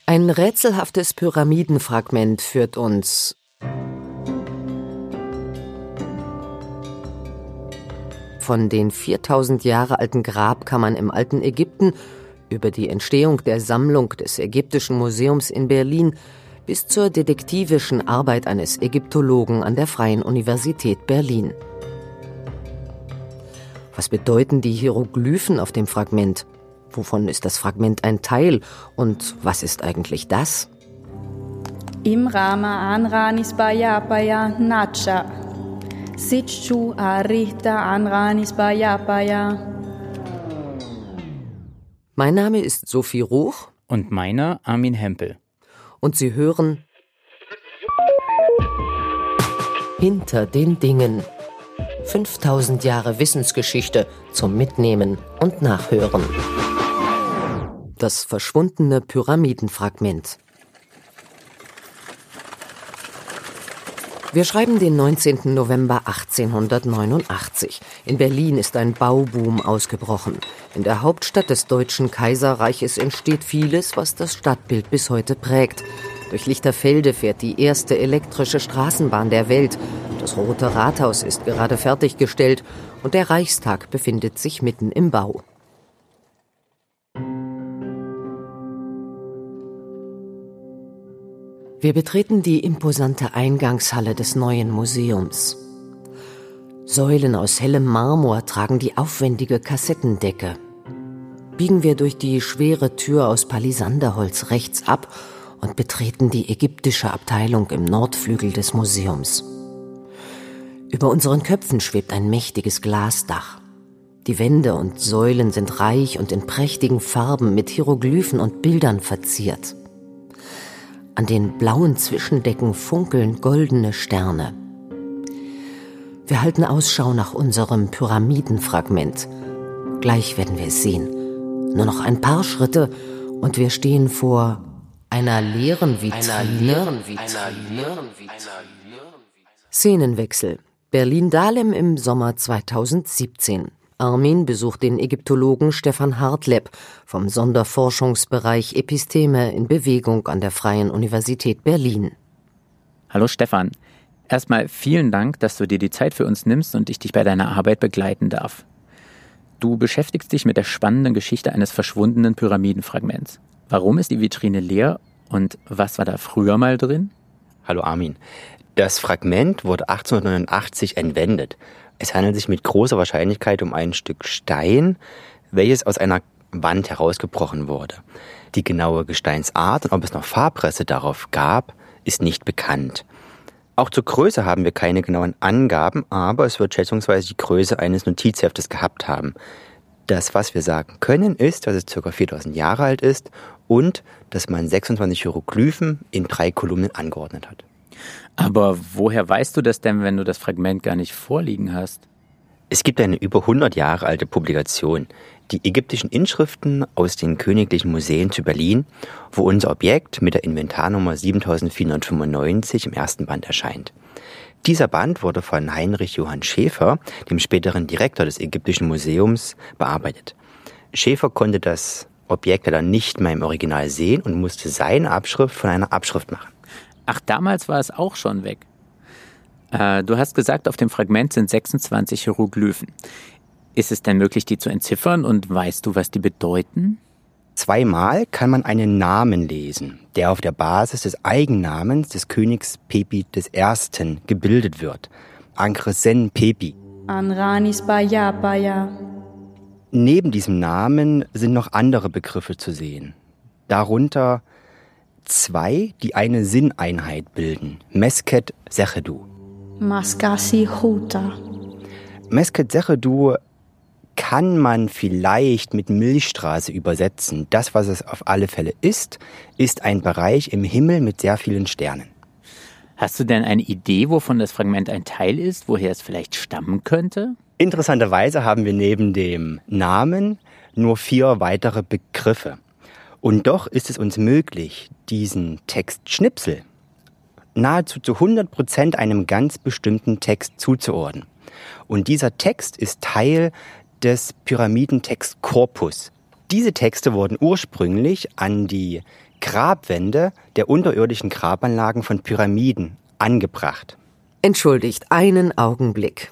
Ein rätselhaftes Pyramidenfragment führt uns von den 4000 Jahre alten Grabkammern im alten Ägypten über die Entstehung der Sammlung des Ägyptischen Museums in Berlin bis zur detektivischen Arbeit eines Ägyptologen an der Freien Universität Berlin. Was bedeuten die Hieroglyphen auf dem Fragment? Wovon ist das Fragment ein Teil? Und was ist eigentlich das? Imrama anranis bayapaya nacha. Sitchu arita anranis bayapaya. Mein Name ist Sophie Ruch. Und meiner Armin Hempel. Und Sie hören Hinter den Dingen. 5000 Jahre Wissensgeschichte zum Mitnehmen und Nachhören. Das verschwundene Pyramidenfragment. Wir schreiben den 19. November 1889. In Berlin ist ein Bauboom ausgebrochen. In der Hauptstadt des Deutschen Kaiserreiches entsteht vieles, was das Stadtbild bis heute prägt. Durch Lichterfelde fährt die erste elektrische Straßenbahn der Welt. Das Rote Rathaus ist gerade fertiggestellt und der Reichstag befindet sich mitten im Bau. Wir betreten die imposante Eingangshalle des neuen Museums. Säulen aus hellem Marmor tragen die aufwendige Kassettendecke. Biegen wir durch die schwere Tür aus Palisanderholz rechts ab und betreten die ägyptische Abteilung im Nordflügel des Museums. Über unseren Köpfen schwebt ein mächtiges Glasdach. Die Wände und Säulen sind reich und in prächtigen Farben mit Hieroglyphen und Bildern verziert. An den blauen Zwischendecken funkeln goldene Sterne. Wir halten Ausschau nach unserem Pyramidenfragment. Gleich werden wir es sehen. Nur noch ein paar Schritte und wir stehen vor einer leeren Vitrine. Szenenwechsel. Berlin-Dahlem im Sommer 2017. Armin besucht den Ägyptologen Stefan Hartleb vom Sonderforschungsbereich Episteme in Bewegung an der Freien Universität Berlin. Hallo Stefan. Erstmal vielen Dank, dass du dir die Zeit für uns nimmst und ich dich bei deiner Arbeit begleiten darf. Du beschäftigst dich mit der spannenden Geschichte eines verschwundenen Pyramidenfragments. Warum ist die Vitrine leer und was war da früher mal drin? Hallo Armin. Das Fragment wurde 1889 entwendet. Es handelt sich mit großer Wahrscheinlichkeit um ein Stück Stein, welches aus einer Wand herausgebrochen wurde. Die genaue Gesteinsart und ob es noch Farbreste darauf gab, ist nicht bekannt. Auch zur Größe haben wir keine genauen Angaben, aber es wird schätzungsweise die Größe eines Notizheftes gehabt haben. Das, was wir sagen können, ist, dass es ca. 4000 Jahre alt ist und dass man 26 Hieroglyphen in 3 Kolumnen angeordnet hat. Aber woher weißt du das denn, wenn du das Fragment gar nicht vorliegen hast? Es gibt eine über 100 Jahre alte Publikation, die ägyptischen Inschriften aus den Königlichen Museen zu Berlin, wo unser Objekt mit der Inventarnummer 7495 im ersten Band erscheint. Dieser Band wurde von Heinrich Johann Schäfer, dem späteren Direktor des Ägyptischen Museums, bearbeitet. Schäfer konnte das Objekt leider nicht mehr im Original sehen und musste seine Abschrift von einer Abschrift machen. Ach, damals war es auch schon weg. Du hast gesagt, auf dem Fragment sind 26 Hieroglyphen. Ist es denn möglich, die zu entziffern und weißt du, was die bedeuten? Zweimal kann man einen Namen lesen, der auf der Basis des Eigennamens des Königs Pepi I. gebildet wird. Ankresen Pepi. Anranis bayapaya. Neben diesem Namen sind noch andere Begriffe zu sehen. Darunter 2, die eine Sinneinheit bilden. Mesket Sechedu. Maskasi Huta. Mesket Sechedu kann man vielleicht mit Milchstraße übersetzen. Das, was es auf alle Fälle ist ein Bereich im Himmel mit sehr vielen Sternen. Hast du denn eine Idee, wovon das Fragment ein Teil ist, woher es vielleicht stammen könnte? Interessanterweise haben wir neben dem Namen nur 4 weitere Begriffe. Und doch ist es uns möglich, diesen Textschnipsel nahezu zu 100% einem ganz bestimmten Text zuzuordnen. Und dieser Text ist Teil des Pyramidentextkorpus. Diese Texte wurden ursprünglich an die Grabwände der unterirdischen Grabanlagen von Pyramiden angebracht. Entschuldigt, einen Augenblick.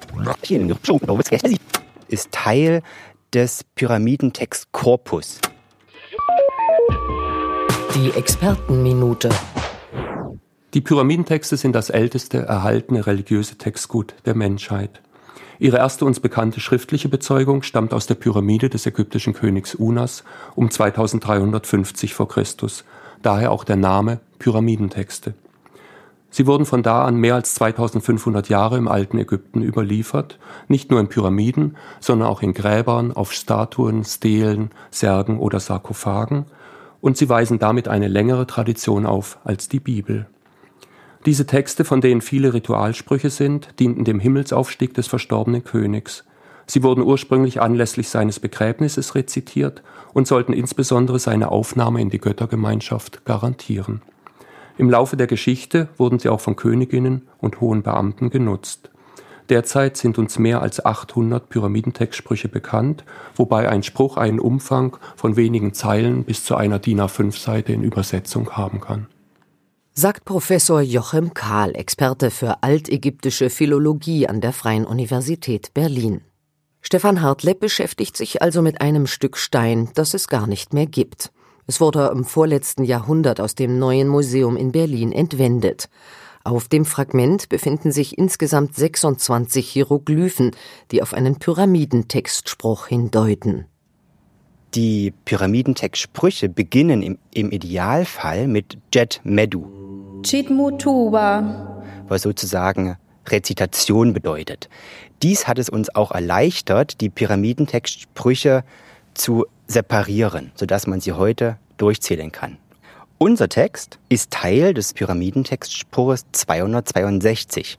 Ist Teil des Pyramidentextkorpus. Die Expertenminute. Die Pyramidentexte sind das älteste erhaltene religiöse Textgut der Menschheit. Ihre erste uns bekannte schriftliche Bezeugung stammt aus der Pyramide des ägyptischen Königs Unas um 2350 v. Chr., daher auch der Name Pyramidentexte. Sie wurden von da an mehr als 2500 Jahre im alten Ägypten überliefert, nicht nur in Pyramiden, sondern auch in Gräbern, auf Statuen, Stelen, Särgen oder Sarkophagen, und sie weisen damit eine längere Tradition auf als die Bibel. Diese Texte, von denen viele Ritualsprüche sind, dienten dem Himmelsaufstieg des verstorbenen Königs. Sie wurden ursprünglich anlässlich seines Begräbnisses rezitiert und sollten insbesondere seine Aufnahme in die Göttergemeinschaft garantieren. Im Laufe der Geschichte wurden sie auch von Königinnen und hohen Beamten genutzt. Derzeit sind uns mehr als 800 Pyramidentextsprüche bekannt, wobei ein Spruch einen Umfang von wenigen Zeilen bis zu einer DIN A5-Seite in Übersetzung haben kann. Sagt Professor Jochem Kahl, Experte für altägyptische Philologie an der Freien Universität Berlin. Stefan Hartlepp beschäftigt sich also mit einem Stück Stein, das es gar nicht mehr gibt. Es wurde im vorletzten Jahrhundert aus dem Neuen Museum in Berlin entwendet. Auf dem Fragment befinden sich insgesamt 26 Hieroglyphen, die auf einen Pyramidentextspruch hindeuten. Die Pyramidentextsprüche beginnen im Idealfall mit Jet Medu, Chitmutuba, was sozusagen Rezitation bedeutet. Dies hat es uns auch erleichtert, die Pyramidentextsprüche zu separieren, sodass man sie heute durchzählen kann. Unser Text ist Teil des Pyramidentextspruches 262.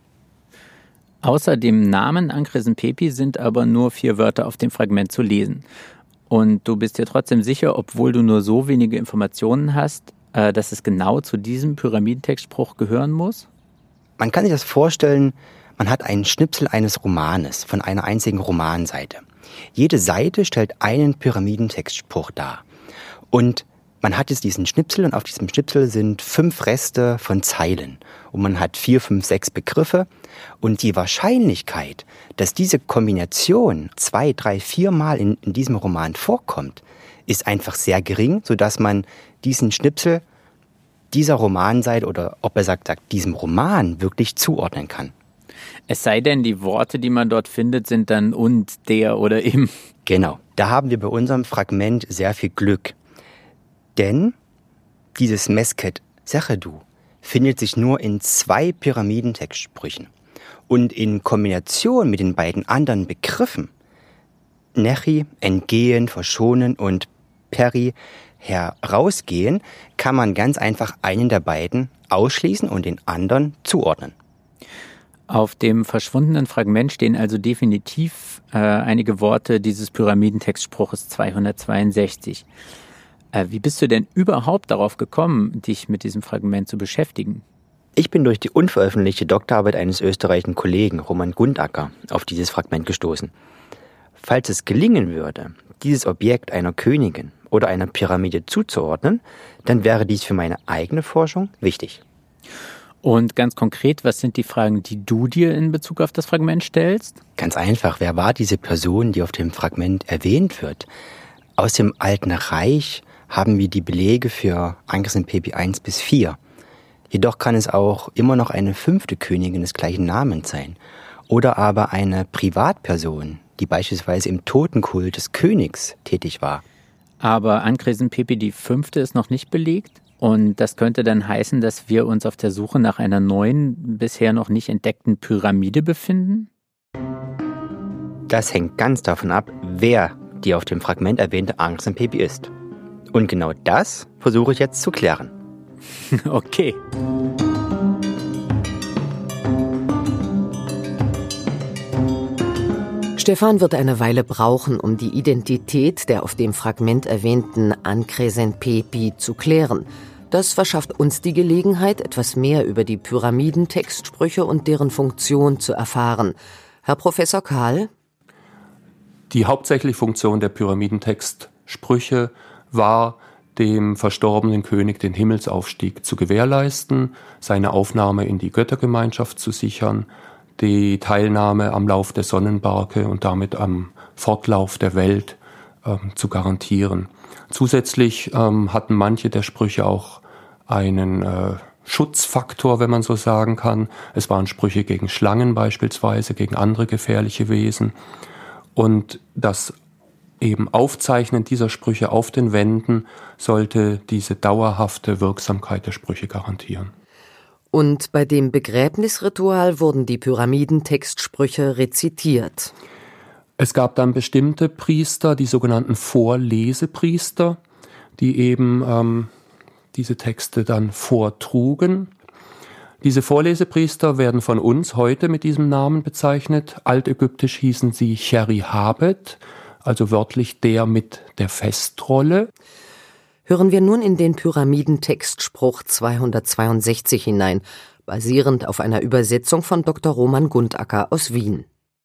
Außer dem Namen Ankresenpepi sind aber nur 4 Wörter auf dem Fragment zu lesen. Und du bist dir trotzdem sicher, obwohl du nur so wenige Informationen hast, dass es genau zu diesem Pyramidentextspruch gehören muss? Man kann sich das vorstellen, man hat einen Schnipsel eines Romanes von einer einzigen Romanseite. Jede Seite stellt einen Pyramidentextspruch dar. Und man hat jetzt diesen Schnipsel und auf diesem Schnipsel sind 5 Reste von Zeilen. Und man hat 4, 5, 6 Begriffe. Und die Wahrscheinlichkeit, dass diese Kombination 2, 3, 4 Mal in diesem Roman vorkommt, ist einfach sehr gering, sodass man diesen Schnipsel dieser Romanseite oder ob er sagt, diesem Roman wirklich zuordnen kann. Es sei denn, die Worte, die man dort findet, sind dann und, der oder im. Genau, da haben wir bei unserem Fragment sehr viel Glück. Denn dieses Mesket Sechedu findet sich nur in 2 Pyramidentextsprüchen. Und in Kombination mit den beiden anderen Begriffen, Nechi, entgehen, verschonen und Peri, herausgehen, kann man ganz einfach einen der beiden ausschließen und den anderen zuordnen. Auf dem verschwundenen Fragment stehen also definitiv einige Worte dieses Pyramidentextspruches 262. Wie bist du denn überhaupt darauf gekommen, dich mit diesem Fragment zu beschäftigen? Ich bin durch die unveröffentlichte Doktorarbeit eines österreichischen Kollegen, Roman Gundacker, auf dieses Fragment gestoßen. Falls es gelingen würde, dieses Objekt einer Königin oder einer Pyramide zuzuordnen, dann wäre dies für meine eigene Forschung wichtig. Und ganz konkret, was sind die Fragen, die du dir in Bezug auf das Fragment stellst? Ganz einfach, wer war diese Person, die auf dem Fragment erwähnt wird? Aus dem Alten Reich haben wir die Belege für Ankresenpepi 1 bis 4. Jedoch kann es auch immer noch eine 5. Königin des gleichen Namens sein. Oder aber eine Privatperson, die beispielsweise im Totenkult des Königs tätig war. Aber Ankresenpepi die 5. ist noch nicht belegt? Und das könnte dann heißen, dass wir uns auf der Suche nach einer neuen, bisher noch nicht entdeckten Pyramide befinden? Das hängt ganz davon ab, wer die auf dem Fragment erwähnte Ankresenpepi ist. Und genau das versuche ich jetzt zu klären. Okay. Stefan wird eine Weile brauchen, um die Identität der auf dem Fragment erwähnten Ankresenpepi zu klären. Das verschafft uns die Gelegenheit, etwas mehr über die Pyramidentextsprüche und deren Funktion zu erfahren. Herr Professor Kahl? Die hauptsächliche Funktion der Pyramidentextsprüche war, dem verstorbenen König den Himmelsaufstieg zu gewährleisten, seine Aufnahme in die Göttergemeinschaft zu sichern, die Teilnahme am Lauf der Sonnenbarke und damit am Fortlauf der Welt zu garantieren. Zusätzlich hatten manche der Sprüche auch einen Schutzfaktor, wenn man so sagen kann. Es waren Sprüche gegen Schlangen beispielsweise, gegen andere gefährliche Wesen. Und das eben Aufzeichnen dieser Sprüche auf den Wänden sollte diese dauerhafte Wirksamkeit der Sprüche garantieren. Und bei dem Begräbnisritual wurden die Pyramidentextsprüche rezitiert. Es gab dann bestimmte Priester, die sogenannten Vorlesepriester, die eben diese Texte dann vortrugen. Diese Vorlesepriester werden von uns heute mit diesem Namen bezeichnet. Altägyptisch hießen sie Cherihabet, also wörtlich der mit der Festrolle. Hören wir nun in den Pyramidentextspruch 262 hinein, basierend auf einer Übersetzung von Dr. Roman Gundacker aus Wien.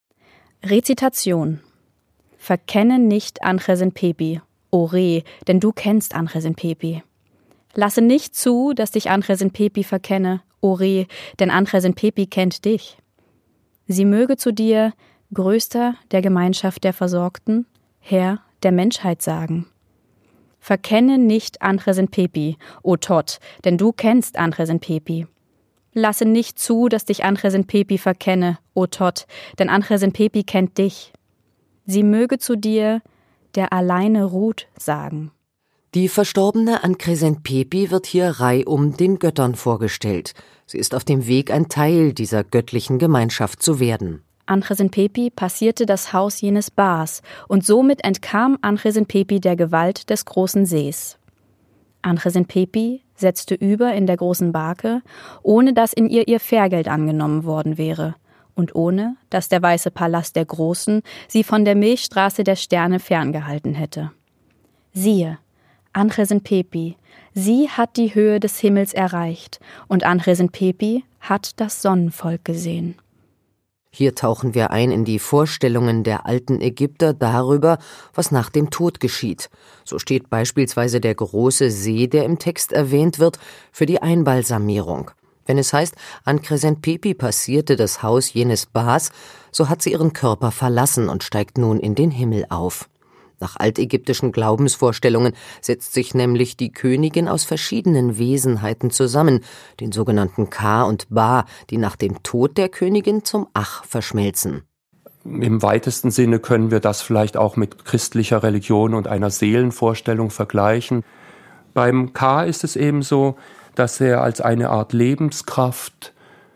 Rezitation. Verkenne nicht Anchesen-Pepi, o Re, denn du kennst Anchesen-Pepi. Lasse nicht zu, dass dich Anchesen-Pepi verkenne, o Re, denn Anchesen-Pepi kennt dich. Sie möge zu dir, Größter der Gemeinschaft der Versorgten, Herr der Menschheit sagen. Verkenne nicht Anchesen-Pepi, o Tot, denn du kennst Anchesen-Pepi. Lasse nicht zu, dass dich Anchesen-Pepi verkenne, o Tot, denn Anchesen-Pepi kennt dich. Sie möge zu dir, der alleine ruht, sagen. Die verstorbene Anchesen-Pepi wird hier reihum den Göttern vorgestellt. Sie ist auf dem Weg, ein Teil dieser göttlichen Gemeinschaft zu werden. Anchesen-Pepi passierte das Haus jenes Bas und somit entkam Anchesen-Pepi der Gewalt des großen Sees. Anchesen-Pepi setzte über in der großen Barke, ohne dass in ihr Fährgeld angenommen worden wäre und ohne dass der weiße Palast der Großen sie von der Milchstraße der Sterne ferngehalten hätte. Siehe, Anchesen-Pepi, sie hat die Höhe des Himmels erreicht und Anchesen-Pepi hat das Sonnenvolk gesehen. Hier tauchen wir ein in die Vorstellungen der alten Ägypter darüber, was nach dem Tod geschieht. So steht beispielsweise der große See, der im Text erwähnt wird, für die Einbalsamierung. Wenn es heißt, Anchesen-Pepi passierte das Haus jenes Bas, so hat sie ihren Körper verlassen und steigt nun in den Himmel auf. Nach altägyptischen Glaubensvorstellungen setzt sich nämlich die Königin aus verschiedenen Wesenheiten zusammen, den sogenannten Ka und Ba, die nach dem Tod der Königin zum Ach verschmelzen. Im weitesten Sinne können wir das vielleicht auch mit christlicher Religion und einer Seelenvorstellung vergleichen. Beim Ka ist es eben so, dass er als eine Art Lebenskraft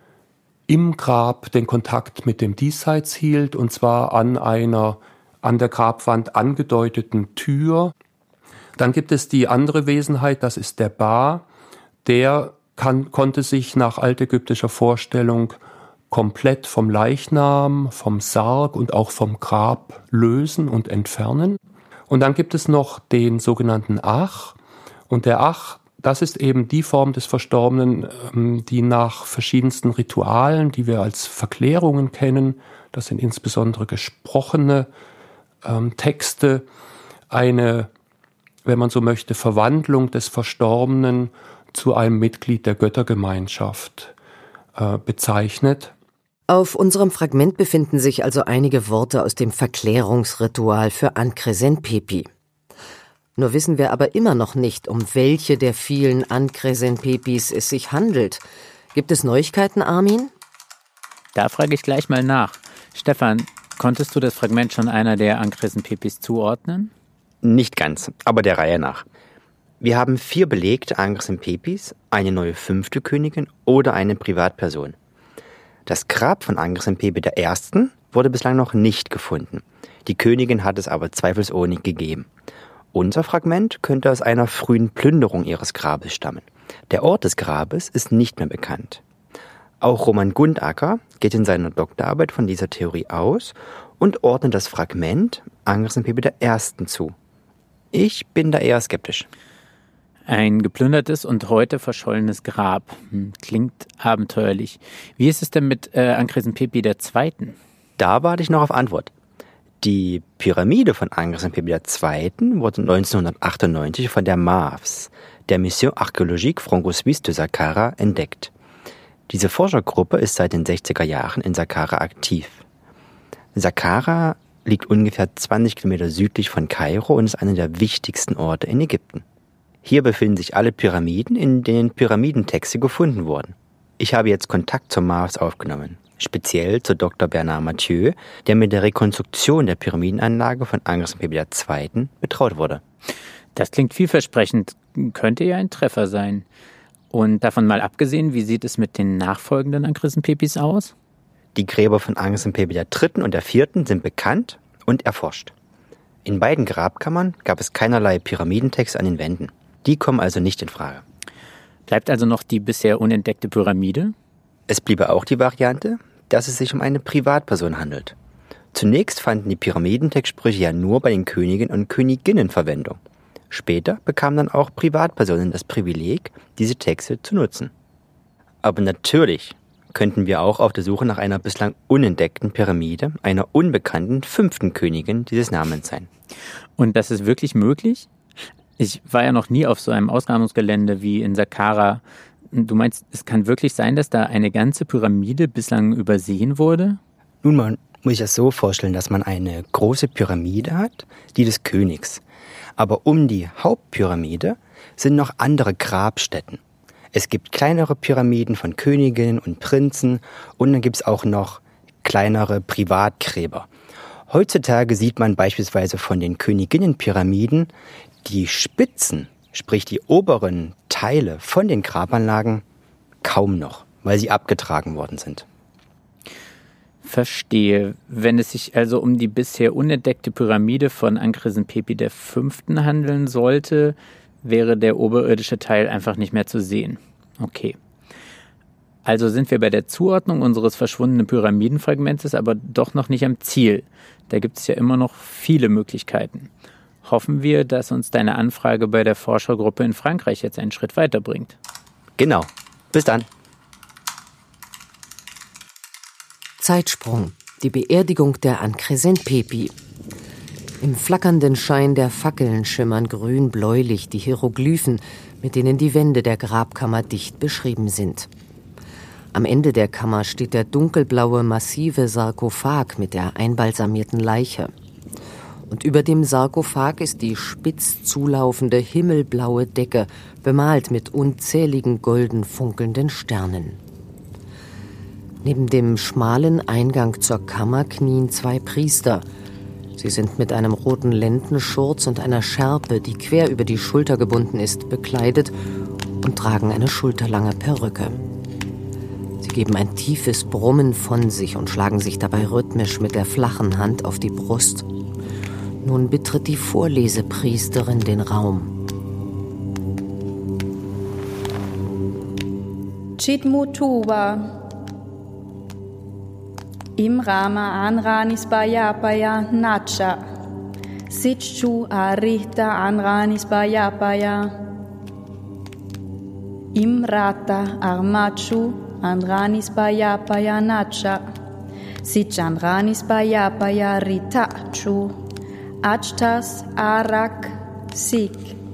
im Grab den Kontakt mit dem Diesseits hielt, und zwar an einer an der Grabwand angedeuteten Tür. Dann gibt es die andere Wesenheit, das ist der Ba. Der konnte sich nach altägyptischer Vorstellung komplett vom Leichnam, vom Sarg und auch vom Grab lösen und entfernen. Und dann gibt es noch den sogenannten Ach. Und der Ach, das ist eben die Form des Verstorbenen, die nach verschiedensten Ritualen, die wir als Verklärungen kennen, das sind insbesondere gesprochene Texte, eine, wenn man so möchte, Verwandlung des Verstorbenen zu einem Mitglied der Göttergemeinschaft bezeichnet. Auf unserem Fragment befinden sich also einige Worte aus dem Verklärungsritual für Anchesen-Pepi. Nur wissen wir aber immer noch nicht, um welche der vielen Anchesen-Pepis es sich handelt. Gibt es Neuigkeiten, Armin? Da frage ich gleich mal nach. Stefan, konntest du das Fragment schon einer der Anchesen-Pepis zuordnen? Nicht ganz, aber der Reihe nach. Wir haben 4 belegte Anchesen-Pepis, eine neue 5. Königin oder eine Privatperson. Das Grab von Anchesen-Pepi I. wurde bislang noch nicht gefunden. Die Königin hat es aber zweifelsohne gegeben. Unser Fragment könnte aus einer frühen Plünderung ihres Grabes stammen. Der Ort des Grabes ist nicht mehr bekannt. Auch Roman Gundacker geht in seiner Doktorarbeit von dieser Theorie aus und ordnet das Fragment Anchesen-Pepi I. zu. Ich bin da eher skeptisch. Ein geplündertes und heute verschollenes Grab. Klingt abenteuerlich. Wie ist es denn mit Anchesen-Pepi II.? Da warte ich noch auf Antwort. Die Pyramide von Ankhresenpepi II. Wurde 1998 von der MAFS, der Mission Archéologique Franco-Suisse de Saqqara, entdeckt. Diese Forschergruppe ist seit den 60er Jahren in Saqqara aktiv. Saqqara liegt ungefähr 20 Kilometer südlich von Kairo und ist einer der wichtigsten Orte in Ägypten. Hier befinden sich alle Pyramiden, in denen Pyramidentexte gefunden wurden. Ich habe jetzt Kontakt zur MAFS aufgenommen, speziell zu Dr. Bernard Mathieu, der mit der Rekonstruktion der Pyramidenanlage von Ankhresenpepi II. Betraut wurde. Das klingt vielversprechend, könnte ja ein Treffer sein. Und davon mal abgesehen, wie sieht es mit den nachfolgenden Ankhresenpepis aus? Die Gräber von Ankhresenpepi III. Und IV. Sind bekannt und erforscht. In beiden Grabkammern gab es keinerlei Pyramidentexte an den Wänden. Die kommen also nicht in Frage. Bleibt also noch die bisher unentdeckte Pyramide? Es bliebe auch die Variante, dass es sich um eine Privatperson handelt. Zunächst fanden die Pyramidentextsprüche ja nur bei den Königen und Königinnen Verwendung. Später bekamen dann auch Privatpersonen das Privileg, diese Texte zu nutzen. Aber natürlich könnten wir auch auf der Suche nach einer bislang unentdeckten Pyramide einer unbekannten 5. Königin dieses Namens sein. Und das ist wirklich möglich? Ich war ja noch nie auf so einem Ausgrabungsgelände wie in Saqqara. Du meinst, es kann wirklich sein, dass da eine ganze Pyramide bislang übersehen wurde? Nun, man muss sich das so vorstellen, dass man eine große Pyramide hat, die des Königs. Aber um die Hauptpyramide sind noch andere Grabstätten. Es gibt kleinere Pyramiden von Königinnen und Prinzen und dann gibt es auch noch kleinere Privatgräber. Heutzutage sieht man beispielsweise von den Königinnenpyramiden die Spitzen, sprich die oberen Teile von den Grabanlagen, kaum noch, weil sie abgetragen worden sind. Verstehe. Wenn es sich also um die bisher unentdeckte Pyramide von Ankhresenpepi V. handeln sollte, wäre der oberirdische Teil einfach nicht mehr zu sehen. Okay. Also sind wir bei der Zuordnung unseres verschwundenen Pyramidenfragmentes aber doch noch nicht am Ziel. Da gibt es ja immer noch viele Möglichkeiten. Hoffen wir, dass uns deine Anfrage bei der Forschergruppe in Frankreich jetzt einen Schritt weiterbringt. Genau. Bis dann. Zeitsprung. Die Beerdigung der Ankhresenpepi. Im flackernden Schein der Fackeln schimmern grün-bläulich die Hieroglyphen, mit denen die Wände der Grabkammer dicht beschrieben sind. Am Ende der Kammer steht der dunkelblaue, massive Sarkophag mit der einbalsamierten Leiche. Und über dem Sarkophag ist die spitz zulaufende himmelblaue Decke, bemalt mit unzähligen golden funkelnden Sternen. Neben dem schmalen Eingang zur Kammer knien 2 Priester. Sie sind mit einem roten Lendenschurz und einer Schärpe, die quer über die Schulter gebunden ist, bekleidet und tragen eine schulterlange Perücke. Sie geben ein tiefes Brummen von sich und schlagen sich dabei rhythmisch mit der flachen Hand auf die Brust. Nun betritt die Vorlesepriesterin den Raum. Chitmutuba Imrama Anranis Bayapaya Nacha Sitchu Arita Anranis Bayapaya Imrata Armachu Anranis Bayapaya Nacha Sichanranis Bayapaya Ritachu Achtas Arak Sik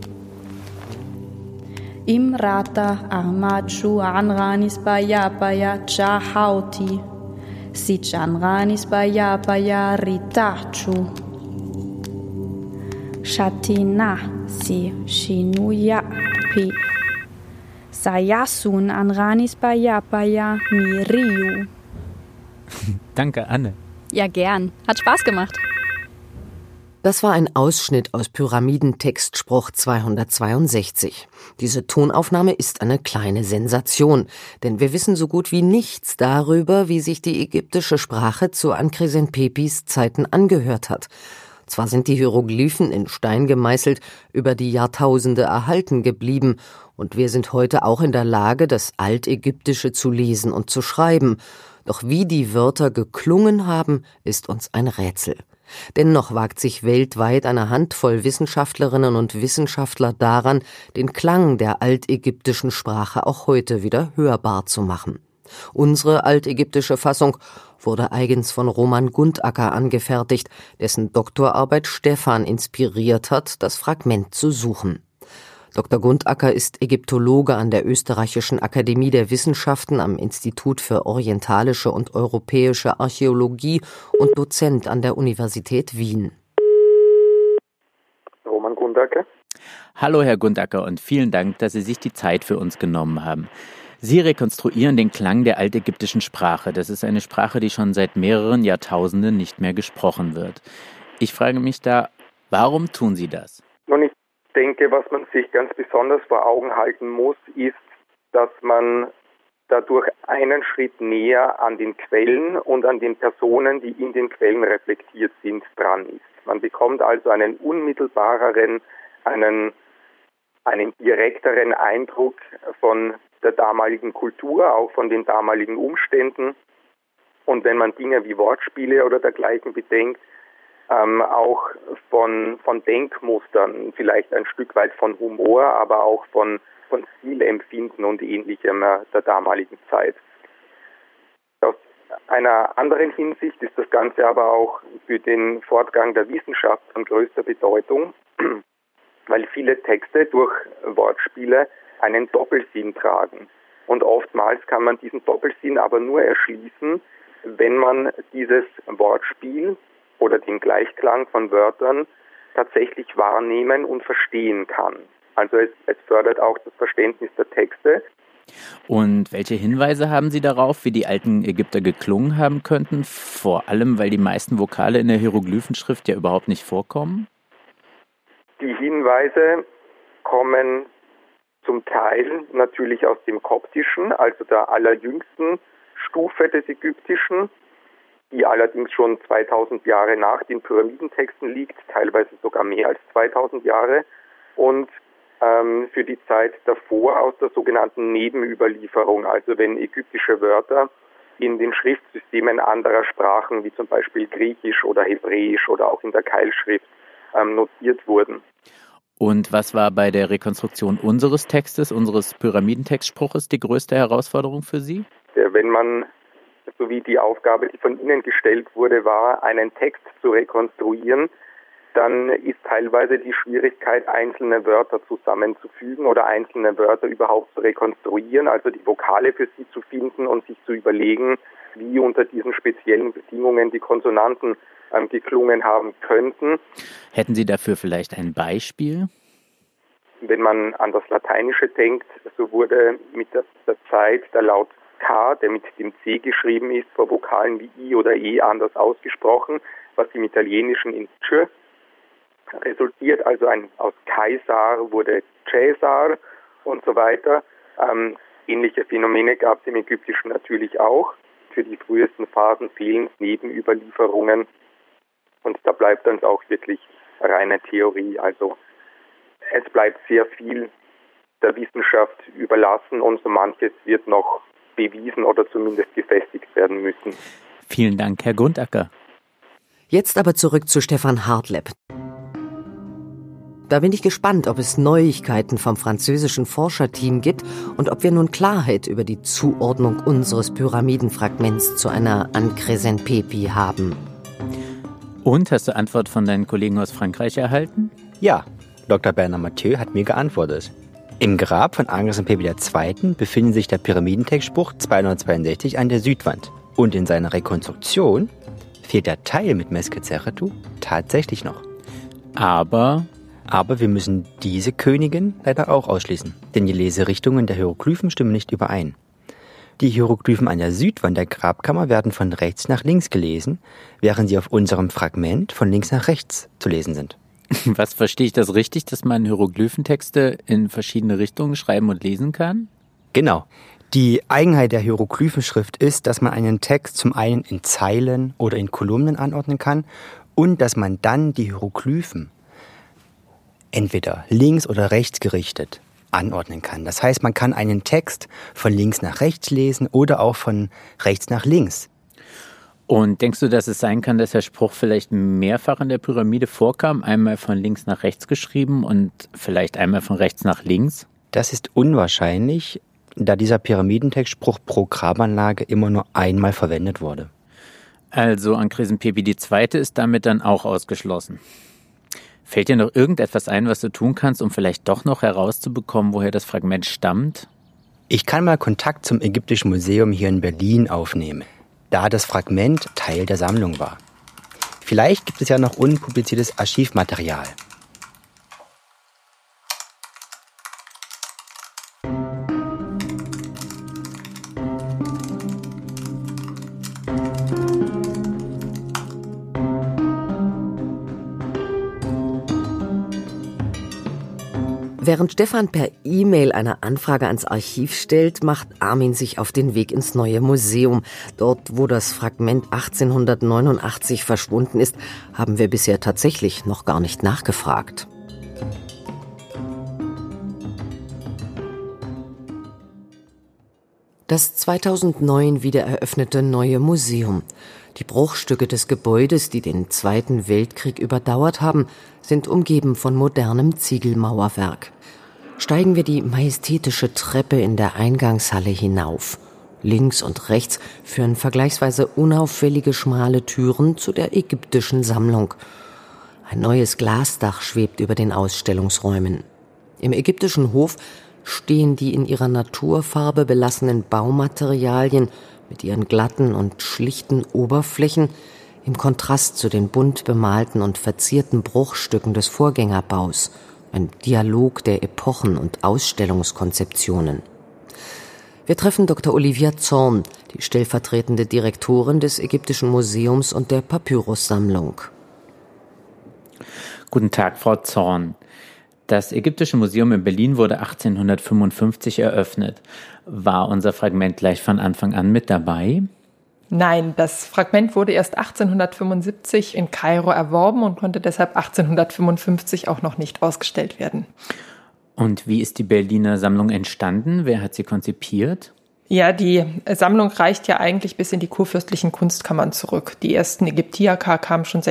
Imrata Armachu Anranis Bayapaya Chahauti Sichanranis Bayapaya Ritachu Shatina Si Shinuya Pi Sayasun Anranis Bayapaya Miriu. Danke, Anne. Ja, gern. Hat Spaß gemacht. Das war ein Ausschnitt aus Pyramidentextspruch 262. Diese Tonaufnahme ist eine kleine Sensation, denn wir wissen so gut wie nichts darüber, wie sich die ägyptische Sprache zu Ankhresenpepis Zeiten angehört hat. Zwar sind die Hieroglyphen in Stein gemeißelt über die Jahrtausende erhalten geblieben und wir sind heute auch in der Lage, das Altägyptische zu lesen und zu schreiben. Doch wie die Wörter geklungen haben, ist uns ein Rätsel. Dennoch wagt sich weltweit eine Handvoll Wissenschaftlerinnen und Wissenschaftler daran, den Klang der altägyptischen Sprache auch heute wieder hörbar zu machen. Unsere altägyptische Fassung wurde eigens von Roman Gundacker angefertigt, dessen Doktorarbeit Stephan inspiriert hat, das Fragment zu suchen. Dr. Gundacker ist Ägyptologe an der Österreichischen Akademie der Wissenschaften am Institut für orientalische und europäische Archäologie und Dozent an der Universität Wien. Roman Gundacker. Hallo Herr Gundacker und vielen Dank, dass Sie sich die Zeit für uns genommen haben. Sie rekonstruieren den Klang der altägyptischen Sprache. Das ist eine Sprache, die schon seit mehreren Jahrtausenden nicht mehr gesprochen wird. Ich frage mich da, warum tun Sie das? Nun, ich denke, was man sich ganz besonders vor Augen halten muss, ist, dass man dadurch einen Schritt näher an den Quellen und an den Personen, die in den Quellen reflektiert sind, dran ist. Man bekommt also einen unmittelbareren, einen direkteren Eindruck von der damaligen Kultur, auch von den damaligen Umständen. Und wenn man Dinge wie Wortspiele oder dergleichen bedenkt, auch von Denkmustern, vielleicht ein Stück weit von Humor, aber auch von Stilempfinden und Ähnlichem der damaligen Zeit. Aus einer anderen Hinsicht ist das Ganze aber auch für den Fortgang der Wissenschaft von größter Bedeutung, weil viele Texte durch Wortspiele einen Doppelsinn tragen. Und oftmals kann man diesen Doppelsinn aber nur erschließen, wenn man dieses Wortspiel oder den Gleichklang von Wörtern tatsächlich wahrnehmen und verstehen kann. Also es fördert auch das Verständnis der Texte. Und welche Hinweise haben Sie darauf, wie die alten Ägypter geklungen haben könnten? Vor allem, weil die meisten Vokale in der Hieroglyphenschrift ja überhaupt nicht vorkommen? Die Hinweise kommen zum Teil natürlich aus dem Koptischen, also der allerjüngsten Stufe des Ägyptischen, die allerdings schon 2000 Jahre nach den Pyramidentexten liegt, teilweise sogar mehr als 2000 Jahre, und für die Zeit davor aus der sogenannten Nebenüberlieferung, also wenn ägyptische Wörter in den Schriftsystemen anderer Sprachen, wie zum Beispiel Griechisch oder Hebräisch oder auch in der Keilschrift, notiert wurden. Und was war bei der Rekonstruktion unseres Textes, unseres Pyramidentextspruches, die größte Herausforderung für Sie? Wenn man, so wie die Aufgabe, die von Ihnen gestellt wurde, war, einen Text zu rekonstruieren, dann ist teilweise die Schwierigkeit, einzelne Wörter zusammenzufügen oder einzelne Wörter überhaupt zu rekonstruieren, also die Vokale für sie zu finden und sich zu überlegen, wie unter diesen speziellen Bedingungen die Konsonanten geklungen haben könnten. Hätten Sie dafür vielleicht ein Beispiel? Wenn man an das Lateinische denkt, so wurde mit der Zeit der Laut K, der mit dem C geschrieben ist, vor Vokalen wie I oder E anders ausgesprochen, was im Italienischen in Tsch resultiert, also aus Kaisar wurde Cäsar und so weiter. Ähnliche Phänomene gab es im Ägyptischen natürlich auch. Für die frühesten Phasen fehlen Nebenüberlieferungen und da bleibt dann auch wirklich reine Theorie. Also es bleibt sehr viel der Wissenschaft überlassen und so manches wird noch bewiesen oder zumindest gefestigt werden müssen. Vielen Dank, Herr Gundacker. Jetzt aber zurück zu Stephan Hartleb. Da bin ich gespannt, ob es Neuigkeiten vom französischen Forscherteam gibt und ob wir nun Klarheit über die Zuordnung unseres Pyramidenfragments zu einer Ankh-Rezen-Pepi haben. Und, hast du Antwort von deinen Kollegen aus Frankreich erhalten? Ja, Dr. Bernard Mathieu hat mir geantwortet. Im Grab von Ankh-Rezen-Pepi II. Befindet sich der Pyramidentextspruch 262 an der Südwand. Und in seiner Rekonstruktion fehlt der Teil mit Meskhet-Seretu tatsächlich noch. Aber wir müssen diese Königin leider auch ausschließen, denn die Leserichtungen der Hieroglyphen stimmen nicht überein. Die Hieroglyphen an der Südwand der Grabkammer werden von rechts nach links gelesen, während sie auf unserem Fragment von links nach rechts zu lesen sind. Was, verstehe ich das richtig, dass man Hieroglyphentexte in verschiedene Richtungen schreiben und lesen kann? Genau. Die Eigenheit der Hieroglyphenschrift ist, dass man einen Text zum einen in Zeilen oder in Kolumnen anordnen kann und dass man dann die Hieroglyphen entweder links oder rechts gerichtet anordnen kann. Das heißt, man kann einen Text von links nach rechts lesen oder auch von rechts nach links. Und denkst du, dass es sein kann, dass der Spruch vielleicht mehrfach in der Pyramide vorkam, einmal von links nach rechts geschrieben und vielleicht einmal von rechts nach links? Das ist unwahrscheinlich, da dieser Pyramidentextspruch pro Grabanlage immer nur einmal verwendet wurde. Also Ankhesen Pepi II. Ist damit dann auch ausgeschlossen. Fällt dir noch irgendetwas ein, was du tun kannst, um vielleicht doch noch herauszubekommen, woher das Fragment stammt? Ich kann mal Kontakt zum Ägyptischen Museum hier in Berlin aufnehmen, da das Fragment Teil der Sammlung war. Vielleicht gibt es ja noch unpubliziertes Archivmaterial. Während Stefan per E-Mail eine Anfrage ans Archiv stellt, macht Armin sich auf den Weg ins Neue Museum. Dort, wo das Fragment 1889 verschwunden ist, haben wir bisher tatsächlich noch gar nicht nachgefragt. Das 2009 wieder eröffnete Neue Museum. Die Bruchstücke des Gebäudes, die den Zweiten Weltkrieg überdauert haben, sind umgeben von modernem Ziegelmauerwerk. Steigen wir die majestätische Treppe in der Eingangshalle hinauf. Links und rechts führen vergleichsweise unauffällige schmale Türen zu der ägyptischen Sammlung. Ein neues Glasdach schwebt über den Ausstellungsräumen. Im ägyptischen Hof stehen die in ihrer Naturfarbe belassenen Baumaterialien mit ihren glatten und schlichten Oberflächen im Kontrast zu den bunt bemalten und verzierten Bruchstücken des Vorgängerbaus, ein Dialog der Epochen und Ausstellungskonzeptionen. Wir treffen Dr. Olivia Zorn, die stellvertretende Direktorin des Ägyptischen Museums und der Papyrussammlung. Guten Tag, Frau Zorn. Das Ägyptische Museum in Berlin wurde 1855 eröffnet. War unser Fragment gleich von Anfang an mit dabei? Nein, das Fragment wurde erst 1875 in Kairo erworben und konnte deshalb 1855 auch noch nicht ausgestellt werden. Und wie ist die Berliner Sammlung entstanden? Wer hat sie konzipiert? Ja, die Sammlung reicht ja eigentlich bis in die kurfürstlichen Kunstkammern zurück. Die ersten Ägyptiaker kamen schon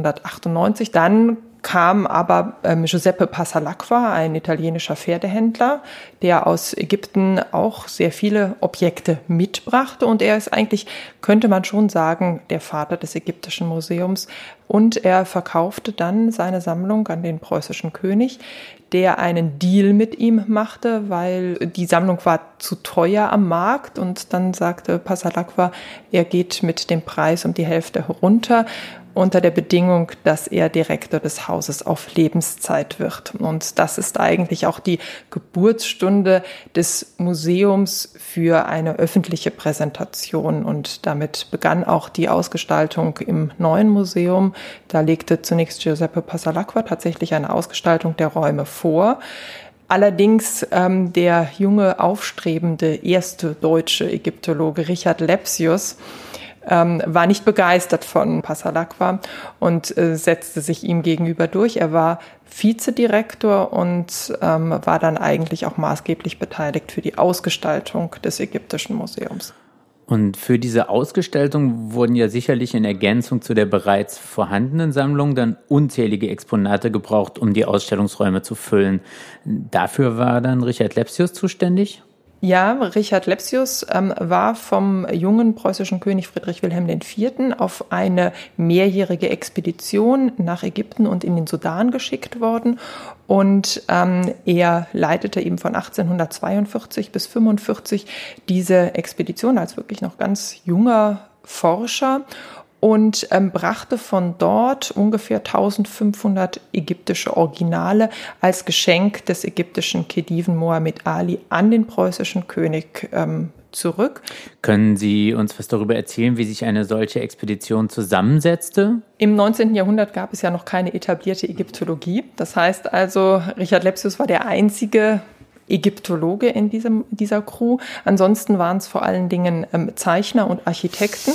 1698, dann kam aber Giuseppe Passalacqua, ein italienischer Pferdehändler, der aus Ägypten auch sehr viele Objekte mitbrachte. Und er ist eigentlich, könnte man schon sagen, der Vater des Ägyptischen Museums. Und er verkaufte dann seine Sammlung an den preußischen König, der einen Deal mit ihm machte, weil die Sammlung war zu teuer am Markt. Und dann sagte Passalacqua, er geht mit dem Preis um die Hälfte herunter, unter der Bedingung, dass er Direktor des Hauses auf Lebenszeit wird. Und das ist eigentlich auch die Geburtsstunde des Museums für eine öffentliche Präsentation. Und damit begann auch die Ausgestaltung im neuen Museum. Da legte zunächst Giuseppe Passalacqua tatsächlich eine Ausgestaltung der Räume vor. Allerdings der junge, aufstrebende erste deutsche Ägyptologe Richard Lepsius war nicht begeistert von Passalacqua und setzte sich ihm gegenüber durch. Er war Vizedirektor und war dann eigentlich auch maßgeblich beteiligt für die Ausgestaltung des Ägyptischen Museums. Und für diese Ausgestaltung wurden ja sicherlich in Ergänzung zu der bereits vorhandenen Sammlung dann unzählige Exponate gebraucht, um die Ausstellungsräume zu füllen. Dafür war dann Richard Lepsius zuständig? Ja, Richard Lepsius war vom jungen preußischen König Friedrich Wilhelm IV. Auf eine mehrjährige Expedition nach Ägypten und in den Sudan geschickt worden. Und er leitete eben von 1842 bis 1845 diese Expedition als wirklich noch ganz junger Forscher und brachte von dort ungefähr 1500 ägyptische Originale als Geschenk des ägyptischen Khediven Mohammed Ali an den preußischen König zurück. Können Sie uns was darüber erzählen, wie sich eine solche Expedition zusammensetzte? Im 19. Jahrhundert gab es ja noch keine etablierte Ägyptologie. Das heißt also, Richard Lepsius war der einzige Ägyptologe in dieser Crew. Ansonsten waren es vor allen Dingen Zeichner und Architekten.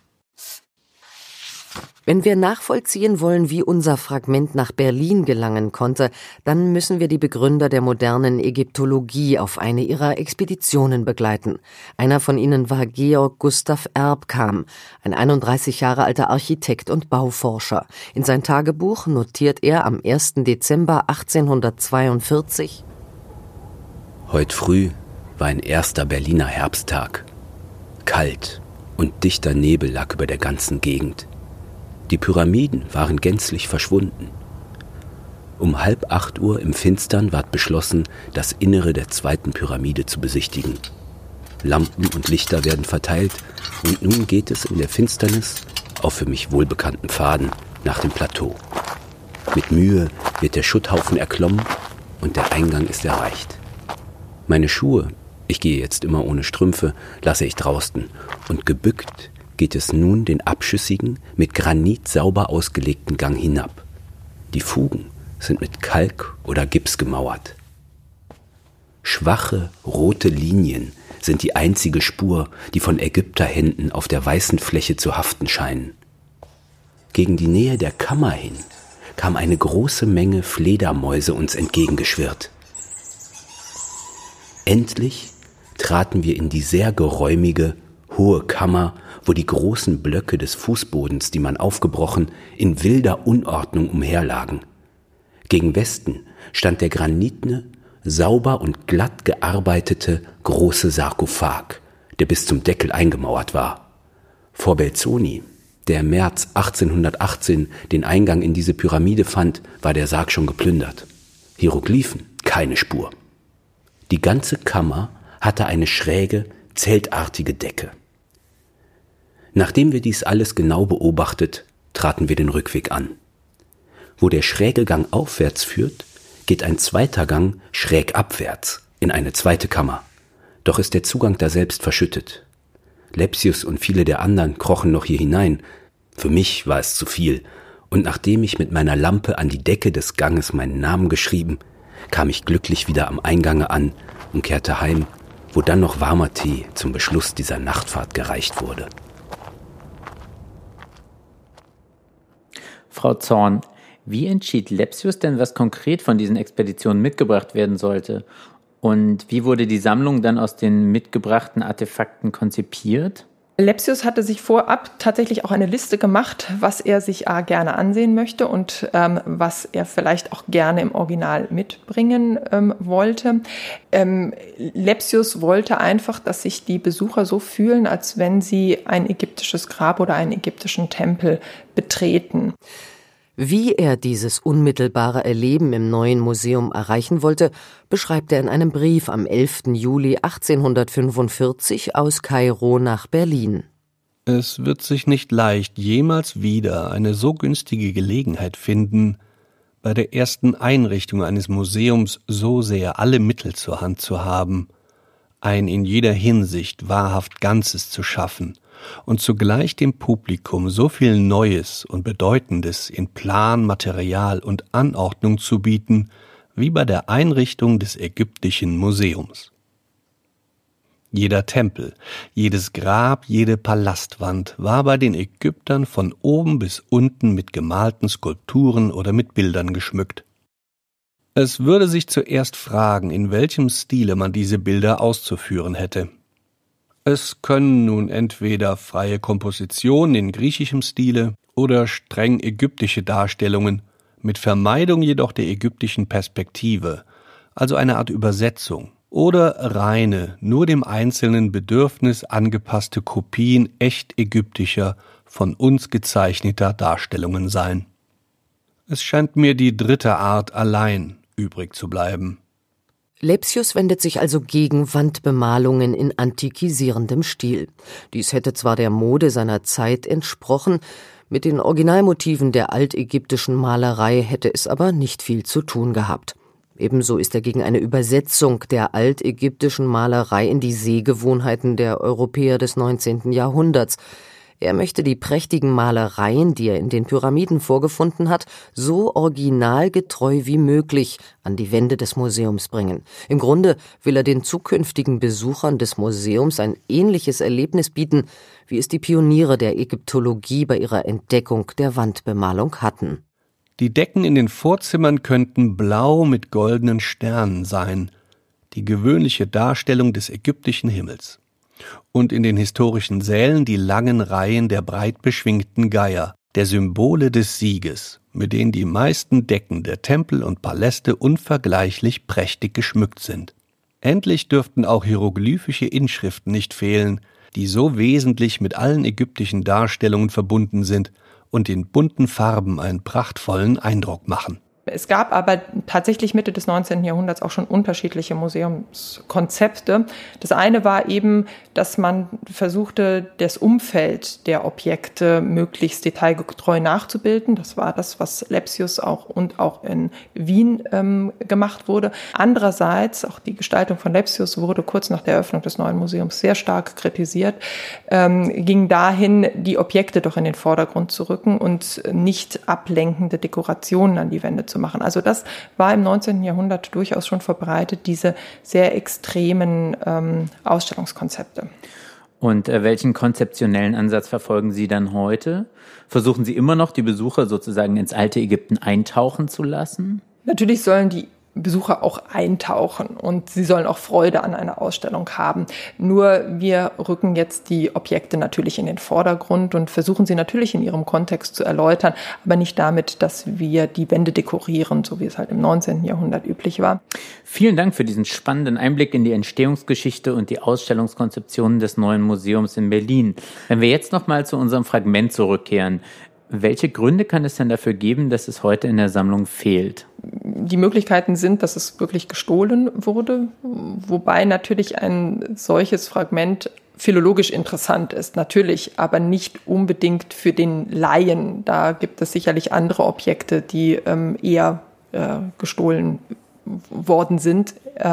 Wenn wir nachvollziehen wollen, wie unser Fragment nach Berlin gelangen konnte, dann müssen wir die Begründer der modernen Ägyptologie auf eine ihrer Expeditionen begleiten. Einer von ihnen war Georg Gustav Erbkam, ein 31 Jahre alter Architekt und Bauforscher. In sein Tagebuch notiert er am 1. Dezember 1842: Heut früh war ein erster Berliner Herbsttag. Kalt, und dichter Nebel lag über der ganzen Gegend. Die Pyramiden waren gänzlich verschwunden. Um 7:30 im Finstern ward beschlossen, das Innere der zweiten Pyramide zu besichtigen. Lampen und Lichter werden verteilt und nun geht es in der Finsternis auf für mich wohlbekannten Pfaden nach dem Plateau. Mit Mühe wird der Schutthaufen erklommen und der Eingang ist erreicht. Meine Schuhe, ich gehe jetzt immer ohne Strümpfe, lasse ich draußen und gebückt geht es nun den abschüssigen, mit Granit sauber ausgelegten Gang hinab. Die Fugen sind mit Kalk oder Gips gemauert. Schwache, rote Linien sind die einzige Spur, die von Ägypterhänden auf der weißen Fläche zu haften scheinen. Gegen die Nähe der Kammer hin kam eine große Menge Fledermäuse uns entgegengeschwirrt. Endlich traten wir in die sehr geräumige, hohe Kammer, wo die großen Blöcke des Fußbodens, die man aufgebrochen, in wilder Unordnung umherlagen. Gegen Westen stand der granitne, sauber und glatt gearbeitete große Sarkophag, der bis zum Deckel eingemauert war. Vor Belzoni, der im März 1818 den Eingang in diese Pyramide fand, war der Sarg schon geplündert. Hieroglyphen, keine Spur. Die ganze Kammer hatte eine schräge, zeltartige Decke. Nachdem wir dies alles genau beobachtet, traten wir den Rückweg an. Wo der schräge Gang aufwärts führt, geht ein zweiter Gang schräg abwärts in eine zweite Kammer. Doch ist der Zugang daselbst verschüttet. Lepsius und viele der anderen krochen noch hier hinein. Für mich war es zu viel, und nachdem ich mit meiner Lampe an die Decke des Ganges meinen Namen geschrieben, kam ich glücklich wieder am Eingange an und kehrte heim, wo dann noch warmer Tee zum Beschluss dieser Nachtfahrt gereicht wurde. Frau Zorn, wie entschied Lepsius denn, was konkret von diesen Expeditionen mitgebracht werden sollte? Und wie wurde die Sammlung dann aus den mitgebrachten Artefakten konzipiert? Lepsius hatte sich vorab tatsächlich auch eine Liste gemacht, was er sich gerne ansehen möchte und was er vielleicht auch gerne im Original mitbringen wollte. Lepsius wollte einfach, dass sich die Besucher so fühlen, als wenn sie ein ägyptisches Grab oder einen ägyptischen Tempel betreten. Wie er dieses unmittelbare Erleben im neuen Museum erreichen wollte, beschreibt er in einem Brief am 11. Juli 1845 aus Kairo nach Berlin. Es wird sich nicht leicht jemals wieder eine so günstige Gelegenheit finden, bei der ersten Einrichtung eines Museums so sehr alle Mittel zur Hand zu haben, ein in jeder Hinsicht wahrhaft Ganzes zu schaffen und zugleich dem Publikum so viel Neues und Bedeutendes in Plan, Material und Anordnung zu bieten, wie bei der Einrichtung des Ägyptischen Museums. Jeder Tempel, jedes Grab, jede Palastwand war bei den Ägyptern von oben bis unten mit gemalten Skulpturen oder mit Bildern geschmückt. Es würde sich zuerst fragen, in welchem Stile man diese Bilder auszuführen hätte. Es können nun entweder freie Kompositionen in griechischem Stile oder streng ägyptische Darstellungen, mit Vermeidung jedoch der ägyptischen Perspektive, also eine Art Übersetzung, oder reine, nur dem einzelnen Bedürfnis angepasste Kopien echt ägyptischer, von uns gezeichneter Darstellungen sein. Es scheint mir die dritte Art allein übrig zu bleiben. Lepsius wendet sich also gegen Wandbemalungen in antikisierendem Stil. Dies hätte zwar der Mode seiner Zeit entsprochen, mit den Originalmotiven der altägyptischen Malerei hätte es aber nicht viel zu tun gehabt. Ebenso ist er gegen eine Übersetzung der altägyptischen Malerei in die Sehgewohnheiten der Europäer des 19. Jahrhunderts. Er möchte die prächtigen Malereien, die er in den Pyramiden vorgefunden hat, so originalgetreu wie möglich an die Wände des Museums bringen. Im Grunde will er den zukünftigen Besuchern des Museums ein ähnliches Erlebnis bieten, wie es die Pioniere der Ägyptologie bei ihrer Entdeckung der Wandbemalung hatten. Die Decken in den Vorzimmern könnten blau mit goldenen Sternen sein, die gewöhnliche Darstellung des ägyptischen Himmels. Und in den historischen Sälen die langen Reihen der breit beschwingten Geier, der Symbole des Sieges, mit denen die meisten Decken der Tempel und Paläste unvergleichlich prächtig geschmückt sind. Endlich dürften auch hieroglyphische Inschriften nicht fehlen, die so wesentlich mit allen ägyptischen Darstellungen verbunden sind und in bunten Farben einen prachtvollen Eindruck machen. Es gab aber tatsächlich Mitte des 19. Jahrhunderts auch schon unterschiedliche Museumskonzepte. Das eine war eben, dass man versuchte, das Umfeld der Objekte möglichst detailgetreu nachzubilden. Das war das, was Lepsius auch in Wien gemacht wurde. Andererseits, auch die Gestaltung von Lepsius wurde kurz nach der Eröffnung des neuen Museums sehr stark kritisiert, ging dahin, die Objekte doch in den Vordergrund zu rücken und nicht ablenkende Dekorationen an die Wände zu machen. Also das war im 19. Jahrhundert durchaus schon verbreitet, diese sehr extremen Ausstellungskonzepte. Und welchen konzeptionellen Ansatz verfolgen Sie dann heute? Versuchen Sie immer noch, die Besucher sozusagen ins alte Ägypten eintauchen zu lassen? Natürlich sollen die Besucher auch eintauchen und sie sollen auch Freude an einer Ausstellung haben. Nur wir rücken jetzt die Objekte natürlich in den Vordergrund und versuchen sie natürlich in ihrem Kontext zu erläutern, aber nicht damit, dass wir die Wände dekorieren, so wie es halt im 19. Jahrhundert üblich war. Vielen Dank für diesen spannenden Einblick in die Entstehungsgeschichte und die Ausstellungskonzeptionen des neuen Museums in Berlin. Wenn wir jetzt nochmal zu unserem Fragment zurückkehren, welche Gründe kann es denn dafür geben, dass es heute in der Sammlung fehlt? Die Möglichkeiten sind, dass es wirklich gestohlen wurde, wobei natürlich ein solches Fragment philologisch interessant ist, natürlich, aber nicht unbedingt für den Laien. Da gibt es sicherlich andere Objekte, die eher gestohlen worden sind.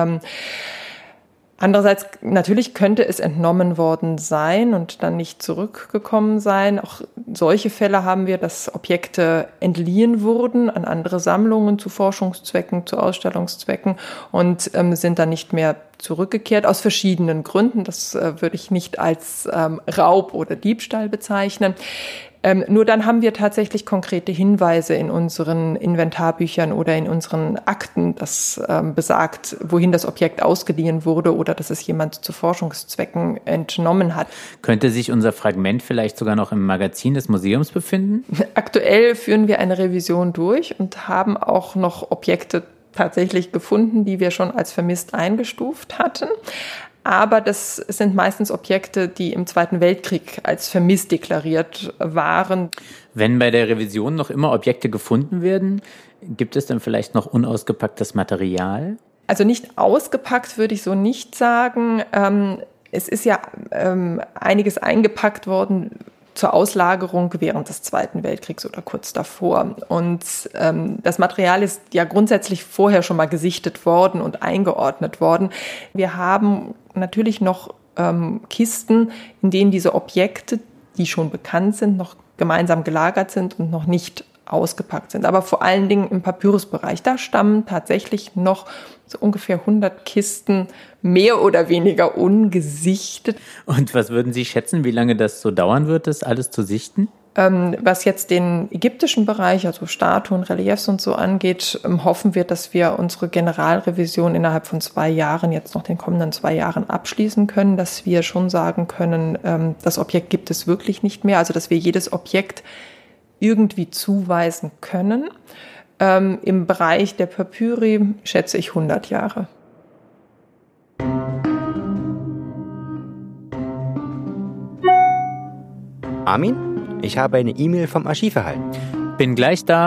Andererseits, natürlich könnte es entnommen worden sein und dann nicht zurückgekommen sein. Auch solche Fälle haben wir, dass Objekte entliehen wurden an andere Sammlungen zu Forschungszwecken, zu Ausstellungszwecken und sind dann nicht mehr zurückgekehrt, aus verschiedenen Gründen. Das würde ich nicht als Raub oder Diebstahl bezeichnen. Nur dann haben wir tatsächlich konkrete Hinweise in unseren Inventarbüchern oder in unseren Akten, das besagt, wohin das Objekt ausgeliehen wurde oder dass es jemand zu Forschungszwecken entnommen hat. Könnte sich unser Fragment vielleicht sogar noch im Magazin des Museums befinden? Aktuell führen wir eine Revision durch und haben auch noch Objekte tatsächlich gefunden, die wir schon als vermisst eingestuft hatten. Aber das sind meistens Objekte, die im Zweiten Weltkrieg als vermisst deklariert waren. Wenn bei der Revision noch immer Objekte gefunden werden, gibt es dann vielleicht noch unausgepacktes Material? Also nicht ausgepackt würde ich so nicht sagen. Es ist ja einiges eingepackt worden zur Auslagerung während des Zweiten Weltkriegs oder kurz davor. Und das Material ist ja grundsätzlich vorher schon mal gesichtet worden und eingeordnet worden. Wir haben natürlich noch Kisten, in denen diese Objekte, die schon bekannt sind, noch gemeinsam gelagert sind und noch nicht ausgepackt sind. Aber vor allen Dingen im Papyrusbereich. Da stammen tatsächlich noch so ungefähr 100 Kisten mehr oder weniger ungesichtet. Und was würden Sie schätzen, wie lange das so dauern wird, das alles zu sichten? Was jetzt den ägyptischen Bereich, also Statuen, Reliefs und so angeht, hoffen wir, dass wir unsere Generalrevision innerhalb von 2 Jahren, jetzt noch den kommenden 2 Jahren abschließen können, dass wir schon sagen können, das Objekt gibt es wirklich nicht mehr, also dass wir jedes Objekt irgendwie zuweisen können. Im Bereich der Papyri schätze ich 100 Jahre. Armin, ich habe eine E-Mail vom Archiv erhalten. Bin gleich da.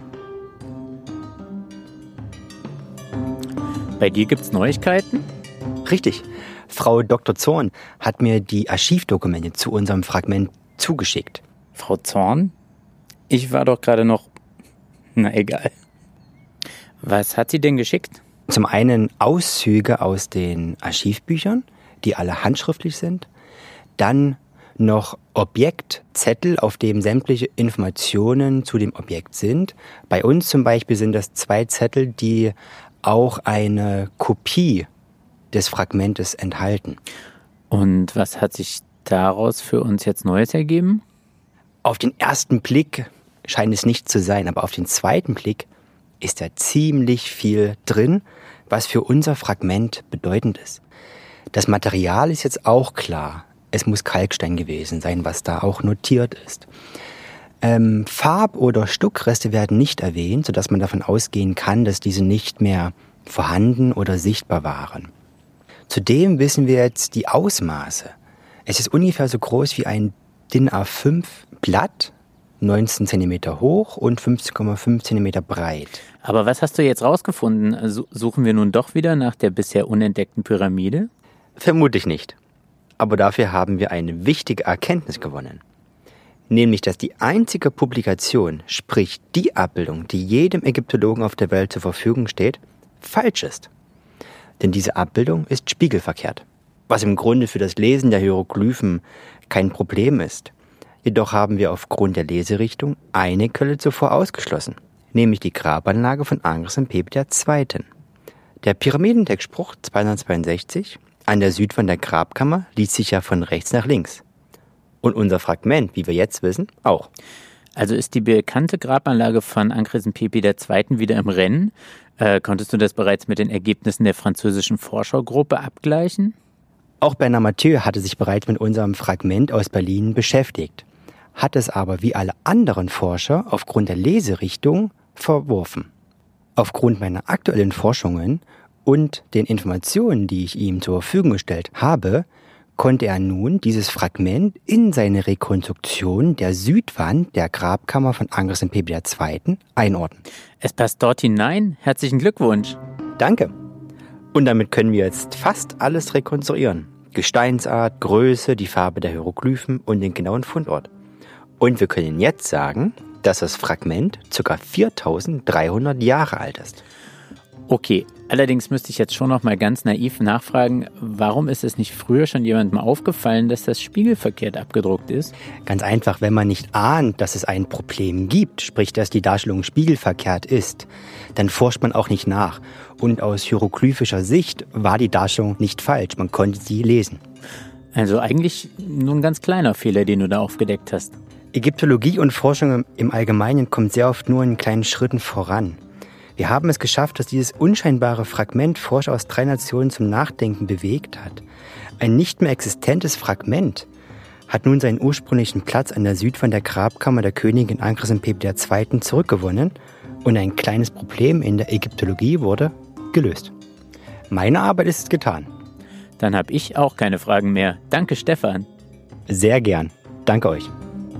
Bei dir gibt's Neuigkeiten? Richtig. Frau Dr. Zorn hat mir die Archivdokumente zu unserem Fragment zugeschickt. Frau Zorn? Ich war doch gerade noch... Na egal. Was hat sie denn geschickt? Zum einen Auszüge aus den Archivbüchern, die alle handschriftlich sind. Dann noch Objektzettel, auf dem sämtliche Informationen zu dem Objekt sind. Bei uns zum Beispiel sind das 2 Zettel, die auch eine Kopie des Fragmentes enthalten. Und was hat sich daraus für uns jetzt Neues ergeben? Auf den ersten Blick scheint es nicht zu sein, aber auf den zweiten Blick ist da ziemlich viel drin, was für unser Fragment bedeutend ist. Das Material ist jetzt auch klar. Es muss Kalkstein gewesen sein, was da auch notiert ist. Farb- oder Stuckreste werden nicht erwähnt, sodass man davon ausgehen kann, dass diese nicht mehr vorhanden oder sichtbar waren. Zudem wissen wir jetzt die Ausmaße. Es ist ungefähr so groß wie ein DIN A5 Blatt, 19 cm hoch und 15,5 cm breit. Aber was hast du jetzt rausgefunden? Suchen wir nun doch wieder nach der bisher unentdeckten Pyramide? Vermutlich nicht. Aber dafür haben wir eine wichtige Erkenntnis gewonnen. Nämlich, dass die einzige Publikation, sprich die Abbildung, die jedem Ägyptologen auf der Welt zur Verfügung steht, falsch ist. Denn diese Abbildung ist spiegelverkehrt. Was im Grunde für das Lesen der Hieroglyphen kein Problem ist. Jedoch haben wir aufgrund der Leserichtung eine Quelle zuvor ausgeschlossen, nämlich die Grabanlage von Ankhesenpepi II. Der Pyramidentextspruch 262 an der Südwand der Grabkammer liest sich ja von rechts nach links. Und unser Fragment, wie wir jetzt wissen, auch. Also ist die bekannte Grabanlage von Ankhesenpepi II. Wieder im Rennen? Konntest du das bereits mit den Ergebnissen der französischen Forschergruppe abgleichen? Auch Bernard Mathieu hatte sich bereits mit unserem Fragment aus Berlin beschäftigt, hat es aber wie alle anderen Forscher aufgrund der Leserichtung verworfen. Aufgrund meiner aktuellen Forschungen und den Informationen, die ich ihm zur Verfügung gestellt habe, konnte er nun dieses Fragment in seine Rekonstruktion der Südwand der Grabkammer von Ankhesenpepi II. Einordnen. Es passt dort hinein. Herzlichen Glückwunsch. Danke. Und damit können wir jetzt fast alles rekonstruieren. Gesteinsart, Größe, die Farbe der Hieroglyphen und den genauen Fundort. Und wir können jetzt sagen, dass das Fragment ca. 4300 Jahre alt ist. Okay, allerdings müsste ich jetzt schon noch mal ganz naiv nachfragen, warum ist es nicht früher schon jemandem aufgefallen, dass das spiegelverkehrt abgedruckt ist? Ganz einfach, wenn man nicht ahnt, dass es ein Problem gibt, sprich, dass die Darstellung spiegelverkehrt ist, dann forscht man auch nicht nach. Und aus hieroglyphischer Sicht war die Darstellung nicht falsch, man konnte sie lesen. Also eigentlich nur ein ganz kleiner Fehler, den du da aufgedeckt hast. Ägyptologie und Forschung im Allgemeinen kommt sehr oft nur in kleinen Schritten voran. Wir haben es geschafft, dass dieses unscheinbare Fragment Forscher aus 3 Nationen zum Nachdenken bewegt hat. Ein nicht mehr existentes Fragment hat nun seinen ursprünglichen Platz an der Südwand der Grabkammer der Königin Ankhesenpepi II. Zurückgewonnen und ein kleines Problem in der Ägyptologie wurde gelöst. Meine Arbeit ist getan. Dann habe ich auch keine Fragen mehr. Danke, Stefan. Sehr gern. Danke euch.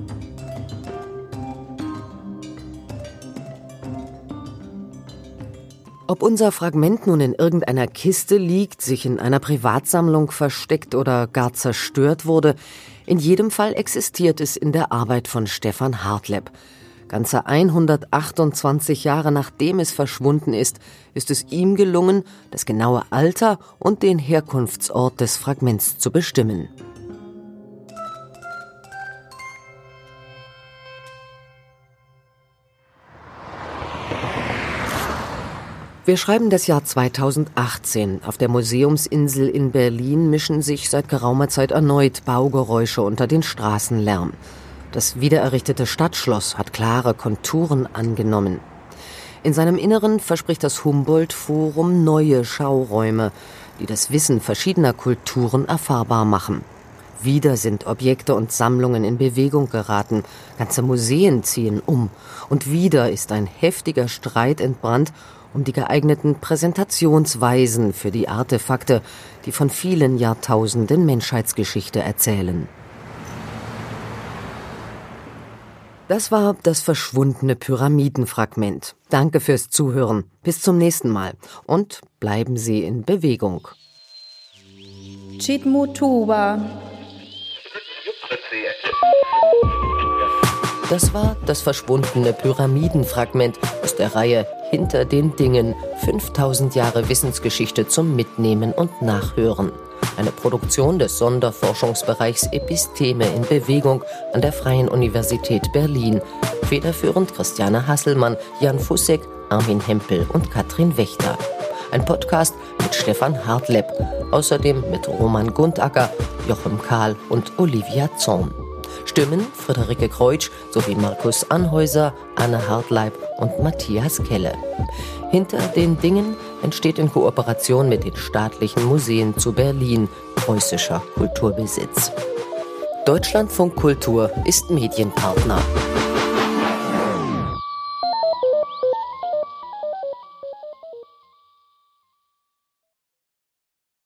Ob unser Fragment nun in irgendeiner Kiste liegt, sich in einer Privatsammlung versteckt oder gar zerstört wurde, in jedem Fall existiert es in der Arbeit von Stefan Hartleb. Ganze 128 Jahre nachdem es verschwunden ist es ihm gelungen, das genaue Alter und den Herkunftsort des Fragments zu bestimmen. Wir schreiben das Jahr 2018. Auf der Museumsinsel in Berlin mischen sich seit geraumer Zeit erneut Baugeräusche unter den Straßenlärm. Das wiedererrichtete Stadtschloss hat klare Konturen angenommen. In seinem Inneren verspricht das Humboldt-Forum neue Schauräume, die das Wissen verschiedener Kulturen erfahrbar machen. Wieder sind Objekte und Sammlungen in Bewegung geraten, ganze Museen ziehen um. Und wieder ist ein heftiger Streit entbrannt um die geeigneten Präsentationsweisen für die Artefakte, die von vielen Jahrtausenden Menschheitsgeschichte erzählen. Das war das verschwundene Pyramidenfragment. Danke fürs Zuhören. Bis zum nächsten Mal. Und bleiben Sie in Bewegung. Chitmutuba. Das war das verschwundene Pyramidenfragment aus der Reihe Hinter den Dingen. 5000 Jahre Wissensgeschichte zum Mitnehmen und Nachhören. Eine Produktion des Sonderforschungsbereichs Episteme in Bewegung an der Freien Universität Berlin. Federführend Christiane Hasselmann, Jan Fussek, Armin Hempel und Katrin Wächter. Ein Podcast mit Stefan Hartleb. Außerdem mit Roman Gundacker, Jochem Kahl und Olivia Zorn. Stimmen Friederike Kreutsch sowie Markus Anhäuser, Anne Hartleib und Matthias Kelle. Hinter den Dingen entsteht in Kooperation mit den staatlichen Museen zu Berlin preußischer Kulturbesitz. Deutschlandfunk Kultur ist Medienpartner.